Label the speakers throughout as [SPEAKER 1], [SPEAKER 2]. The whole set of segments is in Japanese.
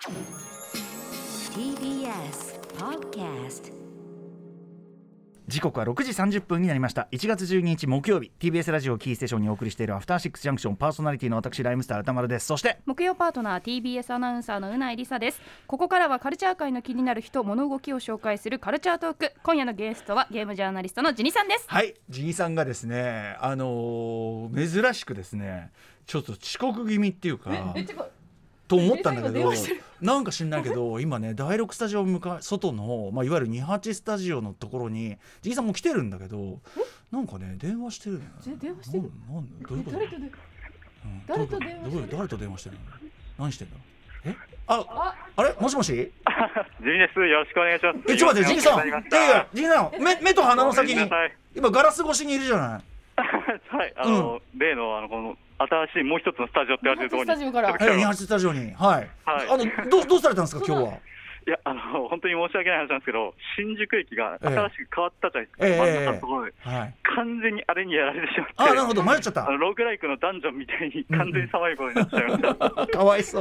[SPEAKER 1] TBS Podcast。
[SPEAKER 2] 時刻は6時30分になりました。1月12日木曜日、 TBS ラジオキーステーションにお送りしているアフターシックスジャンクション、パーソナリティの私ライムスター歌丸です。そして
[SPEAKER 3] 木曜パートナー TBS アナウンサーのうないりさです。ここからはカルチャー界の気になる人物動きを紹介するカルチャートーク。今夜のゲストはゲームジャーナリストのジニさんです。
[SPEAKER 2] はい、ジニさんがですね、珍しくですね、ちょっと遅刻気味っていうかと思ったんだけど、なんか知んないけど今ね第6スタジオ外の、いわゆる28スタジオのところにジニさんも来てるんだけど、なんかね電話してるのよ。
[SPEAKER 3] 電話してる？
[SPEAKER 2] どういうこと？
[SPEAKER 3] 誰と電話してる？
[SPEAKER 2] 誰と電話してるの？何してんの？あれもしもし？
[SPEAKER 4] ジニです。よろしくお願いします。
[SPEAKER 2] ちょっと待って、ジニさん、ジニさん、目と鼻の先に今ガラス越しにいるじゃない。
[SPEAKER 4] はい、例のこの新しいもう一つのスタジオって言われてるところに、
[SPEAKER 2] 28スタジオに、はい、どうされたんですか今日は？
[SPEAKER 4] いや、本当に申し訳ない話なんですけど、新宿駅が新しく変わったじゃないですか、真ん中のところで、完全にあれにやられてしまって、
[SPEAKER 2] なるほど、迷っちゃった。
[SPEAKER 4] ローグライクのダンジョンみたいに完全にサバイバルになっちゃいました。
[SPEAKER 2] かわいそう。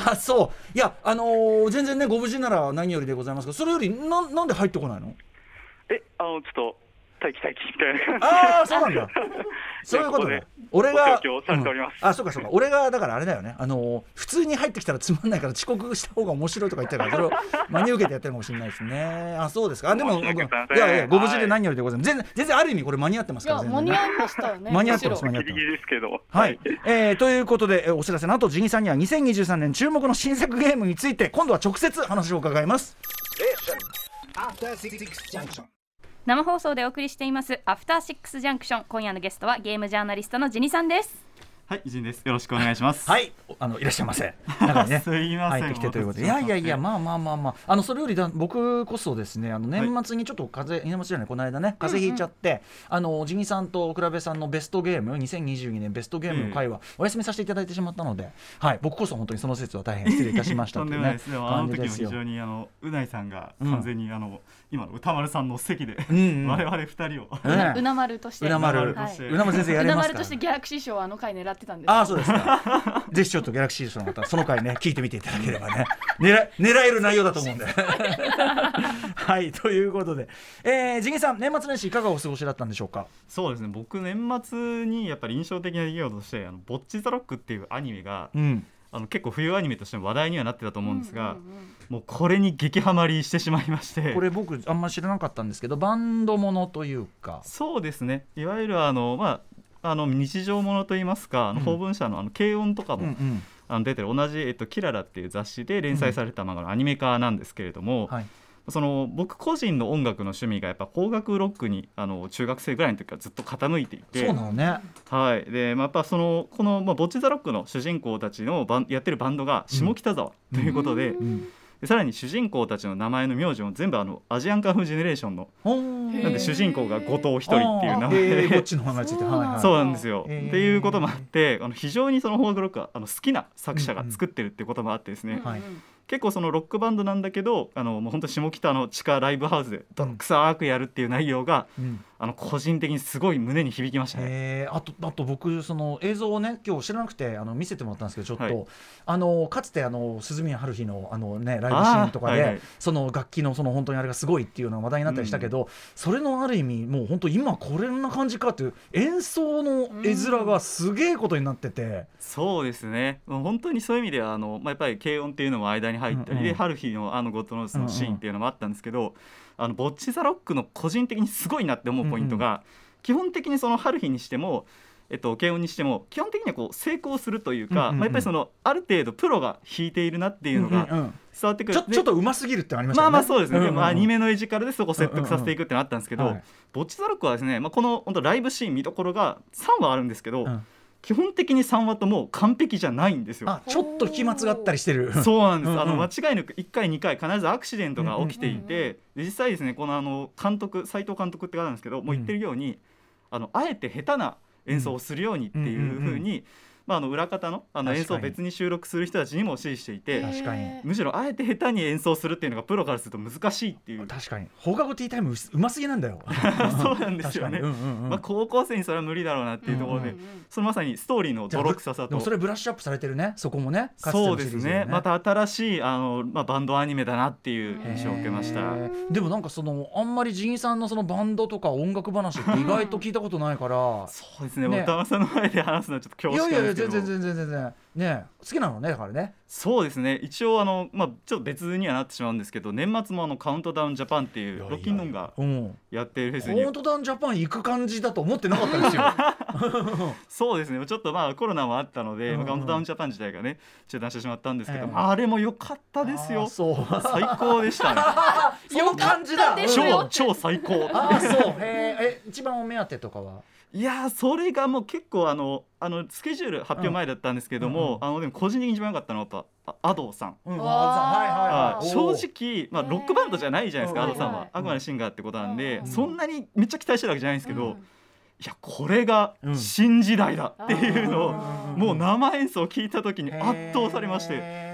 [SPEAKER 2] そう。いや、全然ね、ご無事なら何よりでございますが、それよりなんで入ってこないの？
[SPEAKER 4] ちょっと待機みたいな。
[SPEAKER 2] そうなんだ。そういうことね。俺がそうか俺がだからあれだよね、普通に入ってきたらつまんないから遅刻した方が面白いとか言ってるから、それを真に受けてやってるかもしれないですね。そうですか。でもいやご無事で何よりでございます。全然ある意味これ間に合ってますから。
[SPEAKER 3] 間に合いましたよね。
[SPEAKER 2] 間に合ってます。
[SPEAKER 4] ギリギリですけど。
[SPEAKER 2] はい。ということでお知らせの後、ジニさんには2023年注目の新作ゲームについて今度は直接話を伺います。
[SPEAKER 3] 生放送でお送りしていますアフターシックスジャンクション。今夜のゲストはゲームジャーナリストのジニさんです。
[SPEAKER 5] はい、ジンです。よろしくお願いします。
[SPEAKER 2] はい、いらっしゃいませ。中にね、
[SPEAKER 5] すいません。
[SPEAKER 2] 入ってきてということで、いや、まあ、それより僕こそですね、年末にちょっと年末じゃない、この間ね、風邪ひいちゃって、ジニさんと倉部さんのベストゲーム、2022年ベストゲームの会はお休みさせていただいてしまったので、はい、僕こそ本当にその説は大変失礼いたしました
[SPEAKER 5] とんでもないです。あの時も非常にうないさんが完全に今の歌丸さんの席で我々二人を
[SPEAKER 3] うなまるとして、
[SPEAKER 2] うなまる先生やれますか？うなまる
[SPEAKER 3] としてギャラクシー賞会狙ってたんです。
[SPEAKER 2] そうですか。ぜひちょっとギャラクシー賞の方、その回ね聞いてみていただければね、狙える内容だと思うんではい、ということで、ジニさん、年末年始いかがお過ごしだったんでしょうか？
[SPEAKER 5] そうですね、僕年末にやっぱり印象的な出来事としてボッチザロックっていうアニメが、結構冬アニメとしても話題にはなってたと思うんですが、もうこれに激ハマりしてしまいまして。
[SPEAKER 2] これ僕あんまり知らなかったんですけど、バンドものというか。
[SPEAKER 5] そうですね、いわゆる日常ものといいますか、法文社の軽音とかも、出てる同じ、キララっていう雑誌で連載された漫画のアニメ化なんですけれども、僕個人の音楽の趣味がやっぱ邦楽ロックに中学生ぐらいの時からずっと傾いていて。
[SPEAKER 2] そうなのね。
[SPEAKER 5] はい。で、やっぱこの、ボッチザロックの主人公たちのやってるバンドが下北沢ということで、さらに主人公たちの名前の名字も全部アジアンカンフージェネレーションのなんで主人公が後藤一人っていう名前で、
[SPEAKER 2] こっちの名前ついて、
[SPEAKER 5] そうなんですよ。っていうこともあって、非常にその邦楽ロックは好きな作者が作ってるっていうこともあってですね、結構そのロックバンドなんだけど、もう本当下北の地下ライブハウスで泥臭くやるっていう内容が、個人的にすごい胸に響きましたね。
[SPEAKER 2] あと僕その映像をね今日知らなくて見せてもらったんですけど、ちょっと、かつて鈴宮春日のライブシーンとかで、その楽器のその本当にあれがすごいっていうのが話題になったりしたけど、それのある意味もう本当今これな感じかっていう演奏の絵面がすげえことになってて。
[SPEAKER 5] そうですね、本当にそういう意味ではやっぱり軽音っていうのも間に入ったりで、春日のゴッドノースのシーンっていうのもあったんですけど、ボッチザロックの個人的にすごいなって思うポイントが、基本的にその春日にしても軽音にしても基本的にはこう成功するというか、やっぱりそのある程度プロが弾いているなっていうのが伝わってくる。
[SPEAKER 2] ちょっと上手すぎるってありましたよね。
[SPEAKER 5] そうですね、アニメの絵力でそこを説得させていくってのあったんですけど、ボッチザロックはですね、この本当ライブシーン見どころが3話あるんですけど、基本的に3話とも完璧じゃないんですよ。
[SPEAKER 2] ちょっと飛沫があったりしてる。
[SPEAKER 5] そうなんです。間違いなく1回2回必ずアクシデントが起きていて、実際ですね、この監督斉藤監督って方なんですけど、もう言ってるようにあえて下手な演奏をするようにっていう風に、 裏方の、演奏を別に収録する人たちにも指示していて、
[SPEAKER 2] 確かに
[SPEAKER 5] むしろあえて下手に演奏するっていうのがプロからすると難しいっていう。
[SPEAKER 2] 確かに放課後ティータイムうますぎなんだよ
[SPEAKER 5] そうなんですよね、高校生にそれは無理だろうなっていうところで、そのまさにストーリーの泥臭さと。
[SPEAKER 2] でもそれブラッシュアップされてるね、そこもね。
[SPEAKER 5] そうですね、また新しいバンドアニメだなっていう印象を受けました。
[SPEAKER 2] でもなんかあんまりジンさんのそのバンドとか音楽話って意外と聞いたことないから
[SPEAKER 5] そうですね、渡辺さんの前で話すのはちょっと恐縮なんですけど。
[SPEAKER 2] いや全然ね、好きなのねだからね。
[SPEAKER 5] そうですね、一応ちょっと別にはなってしまうんですけど、年末もカウントダウンジャパンっていうロッキンノンがやっているフェスに、
[SPEAKER 2] カウントダウンジャパン行く感じだと思ってなかったですよ
[SPEAKER 5] そうですね、ちょっとコロナもあったので、カウントダウンジャパン自体がね中断してしまったんですけど、あれも良かったですよ。最高でしたね
[SPEAKER 2] その感じだ、
[SPEAKER 5] 超最高。
[SPEAKER 2] そう一番お目当てとかは。
[SPEAKER 5] いやそれがもう結構スケジュール発表前だったんですけども、でも個人的に一番良かったのはやっぱアドさん。正直、ロックバンドじゃないじゃないですか、アドさんはあくまでシンガーってことなんで、そんなにめっちゃ期待してるわけじゃないんですけど、いやこれが新時代だっていうのを、もう生演奏を聞いた時に圧倒されまして、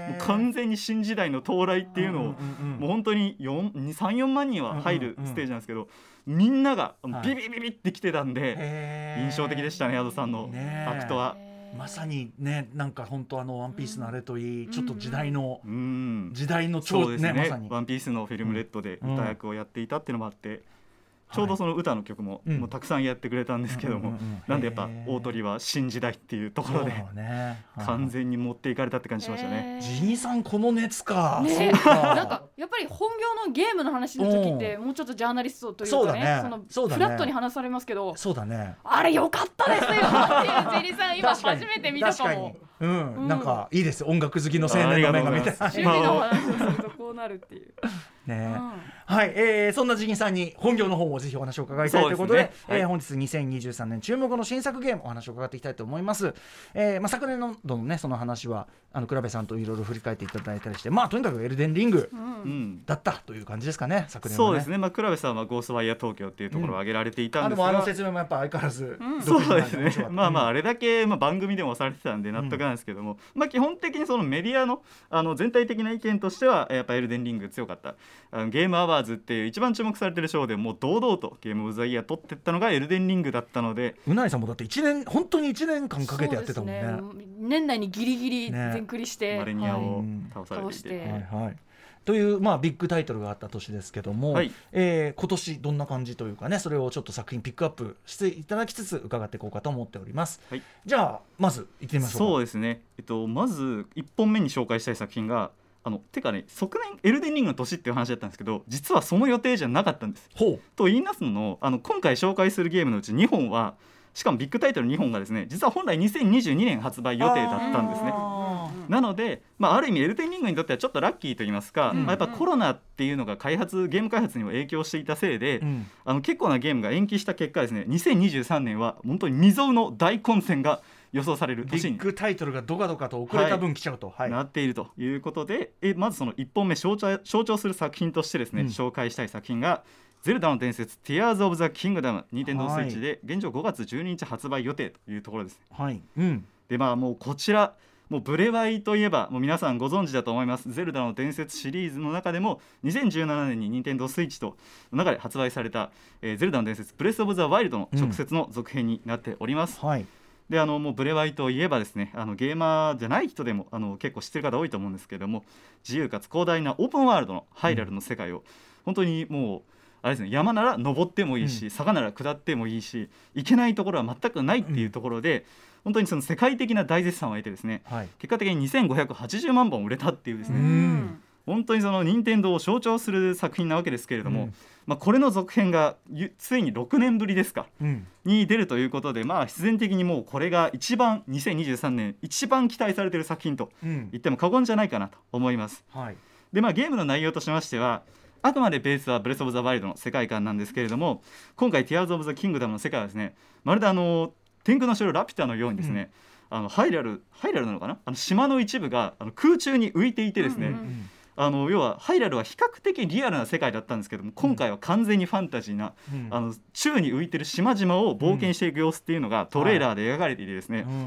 [SPEAKER 5] もう完全に新時代の到来っていうのを、もう本当に3-4万人は入るステージなんですけど、みんながビビビビってきてたんで、印象的でしたね、アドさんのアクトは。
[SPEAKER 2] まさにね、なんか本当ワンピースのあれといい、ちょっと時代の超ね、まさに
[SPEAKER 5] ワンピースのフィルムレッドで歌役をやっていたっていうのもあって、ちょうどその歌の曲ももうたくさんやってくれたんですけども、なんでやっぱ大鳥は新時代っていうところで完全に持っていかれたって感じしましたね。
[SPEAKER 2] ジニさんこの熱か。
[SPEAKER 3] なんかやっぱり本業のゲームの話の時ってもうちょっとジャーナリストというかね、フラットに話されますけど、
[SPEAKER 2] そうだね、
[SPEAKER 3] あれ良かったですよっていうジニさん今初めて見たかも。
[SPEAKER 2] なんかいいです、音楽好きの青年の目が見て、
[SPEAKER 3] 趣味の話をするとこうなるっていう
[SPEAKER 2] ね。はい、そんなジニさんに本業の方もぜひお話を伺いたいということで、本日2023年注目の新作ゲームお話を伺っていきたいと思います。昨年のねその話は倉部さんといろいろ振り返っていただいたりして、とにかくエルデンリングだったという感じですかね、昨年はね。
[SPEAKER 5] そうですね、倉部さんはゴーストワイヤー東京っていうところを挙げられていたんですが、
[SPEAKER 2] でも説明もやっぱ相変わらず、
[SPEAKER 5] そうですね、あれだけ番組でもされてたんで納得なんですけども、基本的にそのメディアの全体的な意見としてはやっぱエルデンリング強かった。ゲームアワーズっていう一番注目されてる賞でもう堂々とゲームオブザイヤー取ってったのがエルデンリングだったので、
[SPEAKER 2] うなりさんもだって本当に1年間かけてやってたもんね。
[SPEAKER 3] 年内にギリギリ全クリして
[SPEAKER 5] マレニアを倒されていて、
[SPEAKER 2] というビッグタイトルがあった年ですけども、今年どんな感じというかね、それをちょっと作品ピックアップしていただきつつ伺っていこうかと思っております。じゃあまずいってみましょうか。
[SPEAKER 5] そうですね、まず1本目に紹介したい作品がてかね、昨年エルデンリングの年っていう話だったんですけど、実はその予定じゃなかったんです。と言いますのも今回紹介するゲームのうち2本は、しかもビッグタイトル2本がですね、実は本来2022年発売予定だったんですね。なので、ある意味エルデンリングにとってはちょっとラッキーと言いますか、やっぱコロナっていうのがゲーム開発にも影響していたせいで、結構なゲームが延期した結果ですね、2023年は本当に未曾有の大混戦が予想される年に、
[SPEAKER 2] ビッグタイトルがドカドカと遅れた分来ちゃうと、
[SPEAKER 5] なっているということで、まずその1本目象徴する作品としてですね、紹介したい作品がゼルダの伝説 Tears of the Kingdom、 ニンテンドースイッチで現状5月12日発売予定というところです。でもうこちらもうブレワイといえばもう皆さんご存知だと思います。ゼルダの伝説シリーズの中でも2017年にニンテンドースイッチとの中で発売された、ゼルダの伝説ブレスオブザワイルドの直接の続編になっております。でもうブレワイといえばですね、ゲーマーじゃない人でも結構知ってる方多いと思うんですけれども、自由かつ広大なオープンワールドのハイラルの世界を、本当にもうあれですね、山なら登ってもいいし、坂なら下ってもいいし、行けないところは全くないっていうところで、本当にその世界的な大絶賛を得てですね、結果的に2580万本売れたっていうですね、本当にその任天堂を象徴する作品なわけですけれども、これの続編がついに6年ぶりですか、に出るということで、必然的にもうこれが一番2023年一番期待されている作品と言っても過言じゃないかなと思います。でゲームの内容としましては、あくまでベースはブレスオブザワイルドの世界観なんですけれども、今回ティアーズオブザキングダムの世界はですね、まるで天空の城ラピュタのようにですね、ハイラルなのかな、島の一部が空中に浮いていてですね、要はハイラルは比較的リアルな世界だったんですけども、今回は完全にファンタジーな、宙に浮いてる島々を冒険していく様子っていうのがトレーラーで描かれていてですね、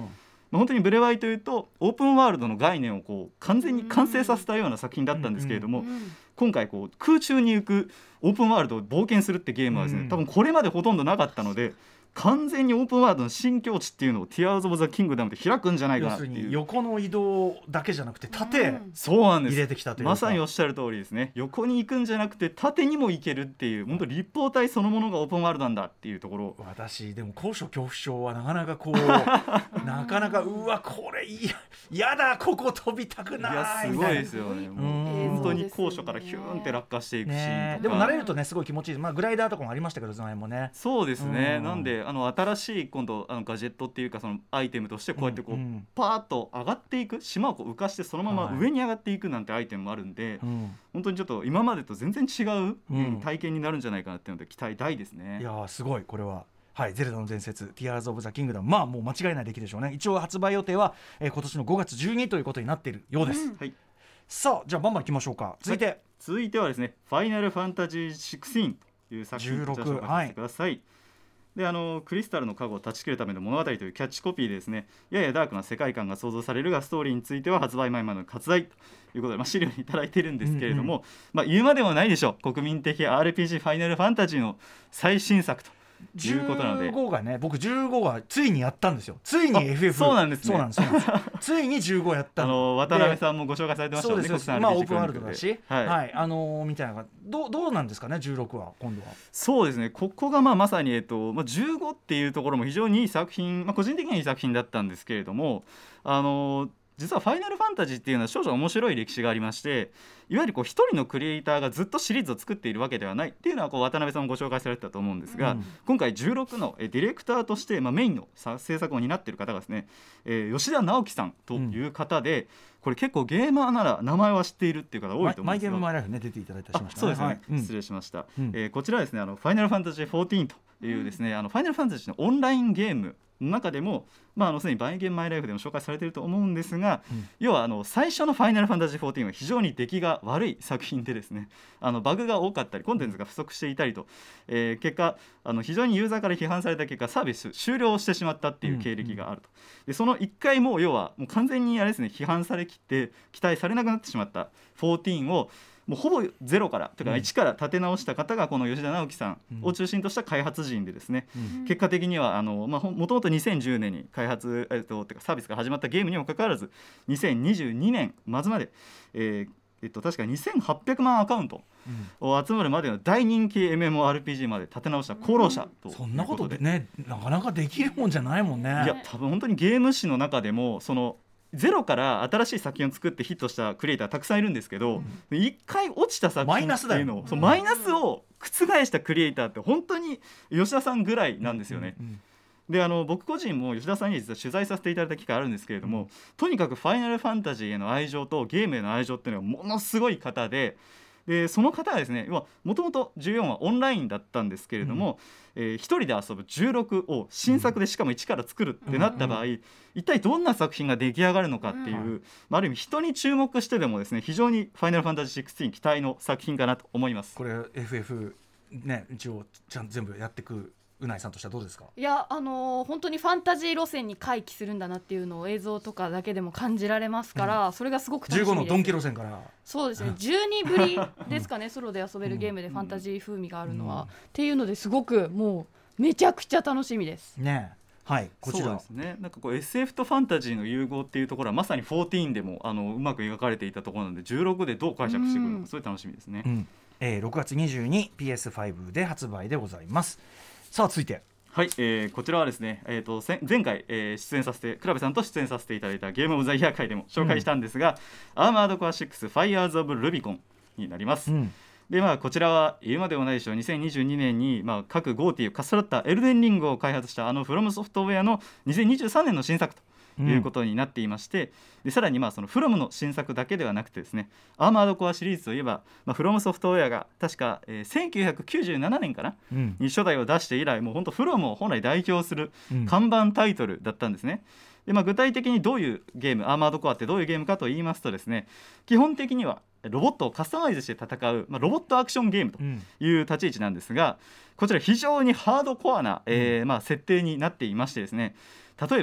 [SPEAKER 5] 本当にブレワイというとオープンワールドの概念をこう完全に完成させたような作品だったんですけれども、今回こう空中に行くオープンワールドを冒険するってゲームはですね、多分これまでほとんどなかったので、完全にオープンワールドの新境地っていうのをティアーズ・オブ・ザ・キングダムで開くんじゃないかなっていう。
[SPEAKER 2] 要するに横の移動だけじゃなくて縦
[SPEAKER 5] そうなんです、
[SPEAKER 2] 入れてきたというか、
[SPEAKER 5] まさにおっしゃる通りですね。横に行くんじゃなくて縦にも行けるっていう、本当立方体そのものがオープンワールドなんだっていうところ。
[SPEAKER 2] 私でも高所恐怖症はなかなかこうなかなかうわこれやだここ飛びたくない。
[SPEAKER 5] いやすごいですよね。もう本当に高所からヒューンって落下していくし、
[SPEAKER 2] ね、でも慣れるとねすごい気持ちいい、まあ、グライダーとかもありましたけど、その辺もね。
[SPEAKER 5] そうですね、なんで新しい今度ガジェットっていうかそのアイテムとしてこうやってこう、パーッと上がっていく、島をこう浮かしてそのまま上に上がっていくなんてアイテムもあるんで、本当にちょっと今までと全然違う体験になるんじゃないかなっていうので期待大ですね。
[SPEAKER 2] いやすごいこれは。はい、ゼルダの伝説ティアーズ・オブ・ザ・キングダム、まあもう間違いない出来でしょうね。一応発売予定は、今年の5月12日ということになっているようです、はい、さあじゃあバンバンいきましょうか。続いて
[SPEAKER 5] はですね、ファイナルファンタジー16という作品を紹介させてください。でクリスタルの加護を断ち切るための物語というキャッチコピーでですね、ややダークな世界観が想像されるが、ストーリーについては発売前までの割愛ということで、資料にいただいているんですけれども、言うまでもないでしょう、国民的 RPG ファイナルファンタジーの最新作ということなので、
[SPEAKER 2] 15がね、僕15がついにやったんですよ。ついに FF。
[SPEAKER 5] そうなんですね。
[SPEAKER 2] そうなんですついに15やった
[SPEAKER 5] 渡辺さんもご紹介されてましたよね。
[SPEAKER 2] そうです、まあオープンワールドだし、
[SPEAKER 5] はい
[SPEAKER 2] みたいな。どうなんですかね16は今度は。
[SPEAKER 5] そうですね、ここがまさに、15っていうところも非常にいい作品、個人的にはいい作品だったんですけれども、実はファイナルファンタジーっていうのは少々面白い歴史がありまして、いわゆるこう一人のクリエイターがずっとシリーズを作っているわけではないっていうのはこう渡辺さんもご紹介されてたと思うんですが、今回16のディレクターとしてメインの制作を担っている方がですね、吉田直樹さんという方で、これ結構ゲーマーなら名前は知っているっていう方多いと思うんですけど、
[SPEAKER 2] マイゲームマイライフね出ていただいたりしましたね。
[SPEAKER 5] そうですね、失礼しました、こちらですね、ファイナルファンタジー14というですね、ファイナルファンタジーのオンラインゲームの中でも、すでにバイゲームマイライフでも紹介されていると思うんですが、要は最初のファイナルファンタジー14は非常に出来が悪い作品でですね、バグが多かったりコンテンツが不足していたりと、結果非常にユーザーから批判された結果サービス終了してしまったっていう経歴があると。でその1回も要はもう完全にあれですね、批判されきって期待されなくなってしまった14をもうほぼゼロからというか1から立て直した方がこの吉田直樹さんを中心とした開発陣でですね、結果的にはもともと2010年に開発、てかサービスが始まったゲームにもかかわらず2022年末まで、確か2800万アカウントを集まるまでの大人気 MMORPG まで立て直した功労者ということで、
[SPEAKER 2] そんなことでねなかなかできるもんじゃないもんね。
[SPEAKER 5] いや多分本当にゲーム史の中でもそのゼロから新しい作品を作ってヒットしたクリエイターたくさんいるんですけど、一回落ちた作品っていうのをマイナスを覆したクリエイターって本当に吉田さんぐらいなんですよね。で僕個人も吉田さんに実は取材させていただいた機会あるんですけれども、とにかくファイナルファンタジーへの愛情とゲームへの愛情っていうのがものすごい方で、その方はですね、もともと14はオンラインだったんですけれども、一人で遊ぶ16を新作でしかも一から作るってなった場合、一体どんな作品が出来上がるのかっていう、ある意味人に注目してでもですね、非常にファイナルファンタジー16期待の作品かなと思います。
[SPEAKER 2] これ FF ね一応ちゃんと全部やってくうないさんとしてはどうですか。
[SPEAKER 3] いや本当にファンタジー路線に回帰するんだなっていうのを映像とかだけでも感じられますから、それがすごく楽しみです。
[SPEAKER 2] 15のドンキ路線から
[SPEAKER 3] そうですね、12ぶりですかねソロで遊べるゲームでファンタジー風味があるのは、っていうのですごくもうめちゃくちゃ楽しみです
[SPEAKER 2] ね。はい、こちら
[SPEAKER 5] そうですね、なんかこう SF とファンタジーの融合っていうところはまさに14でもうまく描かれていたところなので、16でどう解釈してくるのかすごい楽しみですね。
[SPEAKER 2] 6月22 PS5 で発売でございます。さあ続いて
[SPEAKER 5] はい、こちらはですね、前回、出演させて倉部さんと出演させていただいたゲームオブザイヤー会でも紹介したんですが、アーマードコア6ファイヤーズオブルビコンになります。でこちらは言うまでもないでしょう、2022年に、各 GOTY をかっさらったエルデンリングを開発したフロムソフトウェアの2023年の新作ということになっていまして、でさらにそのフロムの新作だけではなくてですね、アーマードコアシリーズといえば、フロムソフトウェアが確か、1997年かな、に初代を出して以来もう本当フロムを本来代表する看板タイトルだったんですね。で具体的にどういうゲーム、アーマードコアってどういうゲームかと言いますとですね、基本的にはロボットをカスタマイズして戦う、ロボットアクションゲームという立ち位置なんですが、こちら非常にハードコアな、設定になっていましてですね、例えば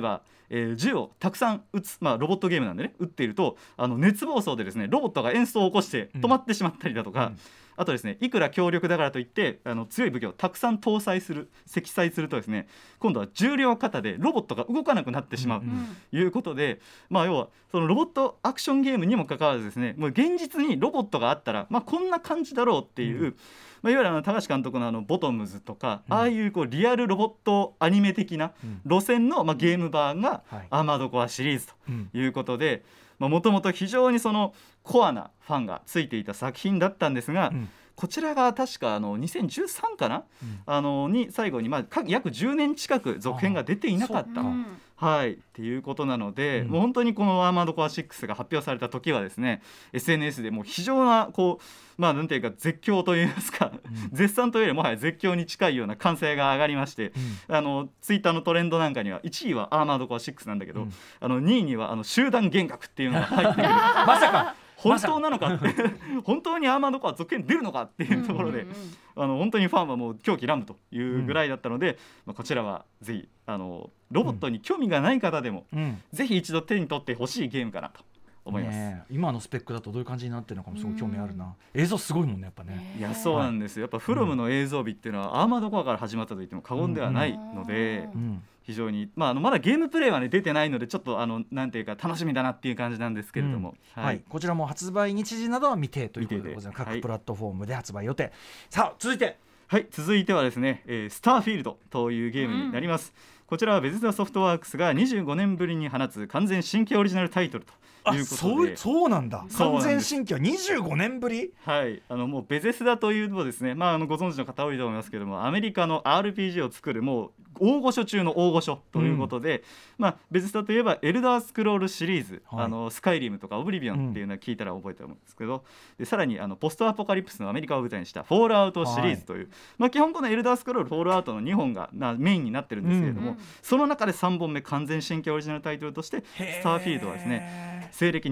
[SPEAKER 5] 銃をたくさん撃つ、ロボットゲームなんでね撃っていると熱暴走でですねロボットがエンストを起こして止まってしまったりだとか、あとですねいくら強力だからといって強い武器をたくさん積載するとですね今度は重量過多でロボットが動かなくなってしまうということで、要はそのロボットアクションゲームにもかかわらずですねもう現実にロボットがあったら、こんな感じだろうっていう、いわゆる高橋監督のボトムズとか、ああいうリアルロボットアニメ的な路線のゲーム版がアーマードコアシリーズということで、もともと非常にそのコアなファンがついていた作品だったんですが、こちらが確か2013かな、に最後に約10年近く続編が出ていなかった、っていうことなので、もう本当にこのアーマードコア6が発表された時はですね SNS でもう非常ななんていうか絶叫といいますか、絶賛というよりもはや絶叫に近いような歓声が上がりまして、ツイッターのトレンドなんかには1位はアーマードコア6なんだけど、2位には集団幻覚っていうのが入ってくる
[SPEAKER 2] まさか
[SPEAKER 5] 本当なのかって本当にアーマードコア続編出るのかっていうところで、本当にファンはもう狂気乱舞というぐらいだったので、こちらはぜひロボットに興味がない方でも、ぜひ一度手に取ってほしいゲームかなと思います、
[SPEAKER 2] 今のスペックだとどういう感じになってるのかもすごい興味あるな。映像すごいもんねやっぱね。
[SPEAKER 5] いやそうなんですよ、やっぱフロムの映像美っていうのはアーマードコアから始まったと言っても過言ではないので、非常に、まだゲームプレイは、出てないのでちょっとなんていうか楽しみだなっていう感じなんですけれども、
[SPEAKER 2] こちらも発売日時などは未定ということでございます。各プラットフォームで発売予定。さあ続いてはですね、スターフィールドというゲームになります。こちらはベゼスダソフトワークスが25年ぶりに放つ完全新規オリジナルタイトルということで、 そうなんだ。完全新規は25年ぶり。
[SPEAKER 5] もうベゼスダというとですね、ご存知の方多いと思いますけども、アメリカの RPG を作るもう大御所中の大御所ということで、ベゼスダといえばエルダースクロールシリーズ、スカイリムとかオブリビオンっていうのは聞いたら覚えてると思うんですけど、でさらにポストアポカリプスのアメリカを舞台にしたフォールアウトシリーズという、基本このエルダースクロールフォールアウトの2本がメインになってるんですけれども、その中で3本目完全新規オリジナルタイトルとしてスターフィールドはですね西暦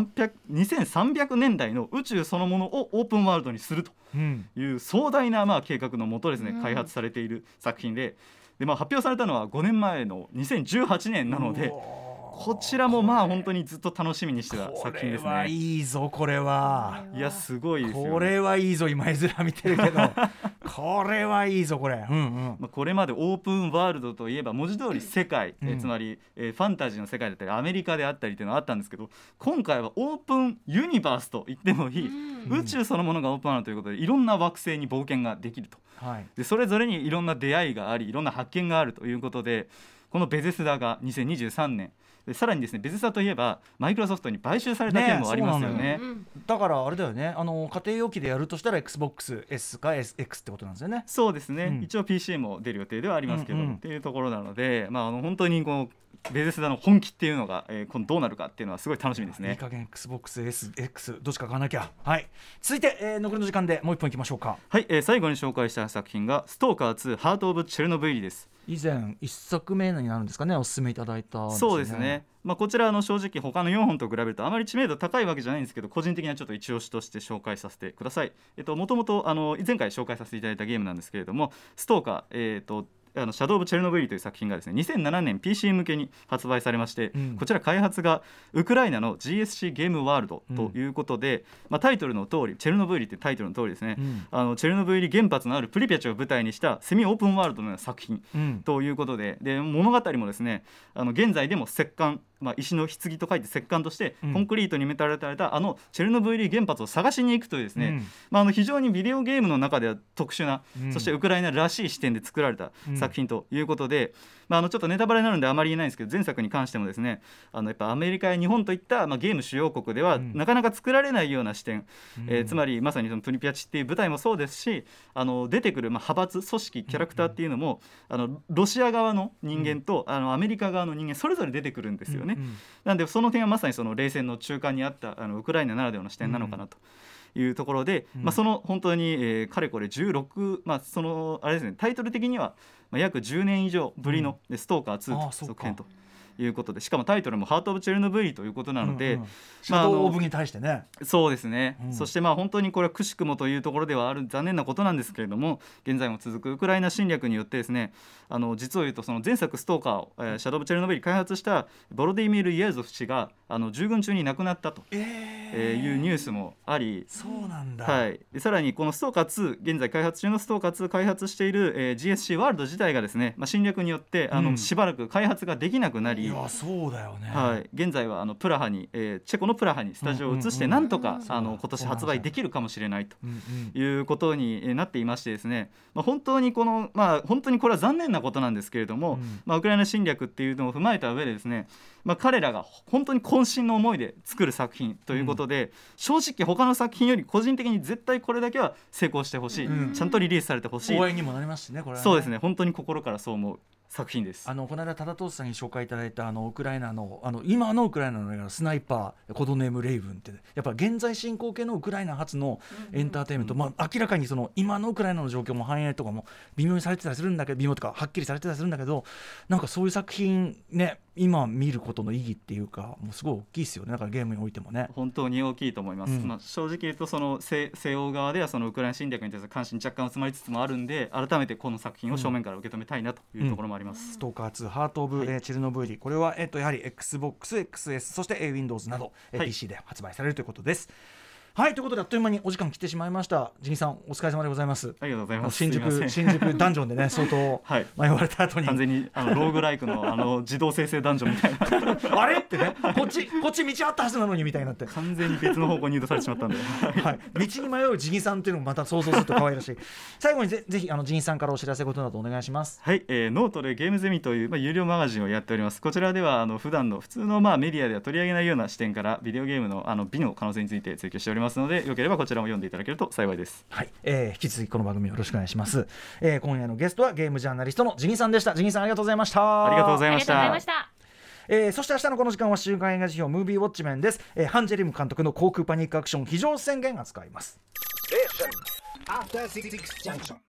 [SPEAKER 5] 2300年代の宇宙そのものをオープンワールドにするという壮大な計画のもとですね開発されている作品で、発表されたのは5年前の2018年なので、こちらも本当にずっと楽しみにしてた作品ですね。
[SPEAKER 2] これはいいぞ。これはい
[SPEAKER 5] やすごいですよね。
[SPEAKER 2] これはいいぞ。今絵面見てるけどこれはいいぞこれ、
[SPEAKER 5] これまでオープンワールドといえば文字通り世界、つまり、ファンタジーの世界だったりアメリカであったりというのはあったんですけど、今回はオープンユニバースと言ってもいい、宇宙そのものがオープンワールドということでいろんな惑星に冒険ができると、でそれぞれにいろんな出会いがありいろんな発見があるということで、このベゼスダが2023年でさらにですねベゼスダといえばマイクロソフトに買収された件もありますよね。
[SPEAKER 2] だからあれだよね、家庭用機でやるとしたら XBOXか X ってことなんですよね。
[SPEAKER 5] そうですね、一応 PC も出る予定ではありますけど、っていうところなので、本当にベゼスダの本気っていうのが、今度どうなるかっていうのはすごい楽しみですね。
[SPEAKER 2] いい加減 XBOX、X どっちか買わなきゃ。続いて、残りの時間でもう一本いきましょうか。
[SPEAKER 5] 最後に紹介した作品がストーカー2ハートオブチェルノブイリです。
[SPEAKER 2] 以前1作目になるんですかね、お勧めいただいたんですね。
[SPEAKER 5] そうですね、こちら正直他の4本と比べるとあまり知名度高いわけじゃないんですけど、個人的なちょっと一押しとして紹介させてください。もともと前回紹介させていただいたゲームなんですけれども、ストーカー、シャドウ・オブ・チェルノブイリという作品がですね2007年 PC 向けに発売されまして、こちら開発がウクライナの GSC ゲームワールドということで、タイトルの通りチェルノブイリというタイトルの通りですね、チェルノブイリ原発のあるプリピャチを舞台にしたセミオープンワールドのような作品、ということで、物語もですね現在でも石棺、石の棺と書いて石棺としてコンクリートに埋められたチェルノブイリ原発を探しに行くというですね、非常にビデオゲームの中では特殊な、そしてウクライナらしい視点で作られた作品ということで、ちょっとネタバレになるんであまり言えないんですけど、前作に関してもですねやっぱアメリカや日本といった、ゲーム主要国ではなかなか作られないような視点、つまりまさにそのプリピャチっていう舞台もそうですし、出てくる派閥組織キャラクターっていうのもロシア側の人間とアメリカ側の人間それぞれ出てくるんですよね。なんでその点はまさにその冷戦の中間にあったウクライナならではの視点なのかなというところで、その本当に、かれこれ16、そのあれですねタイトル的には、約10年以上ぶりの、ストーカー2と続編ということで、しかもタイトルもハート・オブ・チェルノブイリということなので、
[SPEAKER 2] シャドウ・オブに対してね、
[SPEAKER 5] そうですね、そして本当にこれはくしくもというところではある残念なことなんですけれども、現在も続くウクライナ侵略によってですね、実を言うとその前作ストーカーを、シャドウ・オブ・チェルノブイリ開発したボロディミール・イエーゾフ氏が従軍中に亡くなったというニュースもあり、
[SPEAKER 2] そうなんだ、
[SPEAKER 5] はい、でさらにこのストーカー2、現在開発中のストーカー2開発している、GSC ワールド自体がですね、侵略によってしばらく開発ができなくなり、
[SPEAKER 2] いやそうだよね、
[SPEAKER 5] はい、現在はプラハに、チェコのプラハにスタジオを移してなんとか今年発売できるかもしれないということになっていましてですね、本当に本当にこれは残念なことなんですけれども、ウクライナ侵略っていうのを踏まえた上でですね、彼らが本当に渾身の思いで作る作品ということで、正直他の作品より個人的に絶対これだけは成功してほしい、ちゃんとリリースされてほしい、
[SPEAKER 2] 応援にもなりますしね、これはね。
[SPEAKER 5] そうですね、本当に心からそう思う作品です。
[SPEAKER 2] この間タダトースさんに紹介いただいたウクライナの今のウクライナのスナイパーコードネームレイブンってやっぱ現在進行形のウクライナ初のエンターテインメント、明らかにその今のウクライナの状況も反映とかも微妙にされてたりするんだけど、微妙とかはっきりされてたりするんだけど、なんかそういう作品ね、今見ることの意義っていうかもうすごい大きいですよね。だからゲームにおいてもね
[SPEAKER 5] 本当に大きいと思います、正直言うとその西欧側ではそのウクライナ侵略に対する関心若干集まりつつもあるんで、改めてこの作品を正面から受け止めたいなというところもあります、
[SPEAKER 2] ストーカー2ハートオブ、チェルノブイリ、これは、やはり XBOX、XS そして、Windows など、PC で発売されるということです。はい、ということであっという間にお時間来てしまいました。ジニさんお疲れ様でございます。
[SPEAKER 5] ありがとうございます。
[SPEAKER 2] 新宿ダンジョンでね相当迷われた後に、
[SPEAKER 5] 完全にローグライクの自動生成ダンジョンみたいな
[SPEAKER 2] あれってね、こっち道あったはずなのにみたいになって
[SPEAKER 5] 完全に別の方向に誘導されてしまったんで、
[SPEAKER 2] はい、道に迷うジニさんっていうのもまた想像すると可愛らしい最後にぜひジニさんからお知らせことなどお願いします。
[SPEAKER 5] はい、ノートでゲームゼミという、有料マガジンをやっております。こちらでは普段の普通のメディアでは取り上げないような視点からビデオゲームの美の可能性について追求しておりますので、よければこちらも読んでいただけると幸いです。
[SPEAKER 2] はい、引き続きこの番組よろしくお願いします。今夜のゲストはゲームジャーナリストのジニさんでした。ジニさんありがとうございました。
[SPEAKER 5] ありがとうございました。
[SPEAKER 2] そして明日のこの時間は週刊映画辞表ムービーウォッチメンです。ハンジェリム監督の航空パニックアクション非常宣言が使います。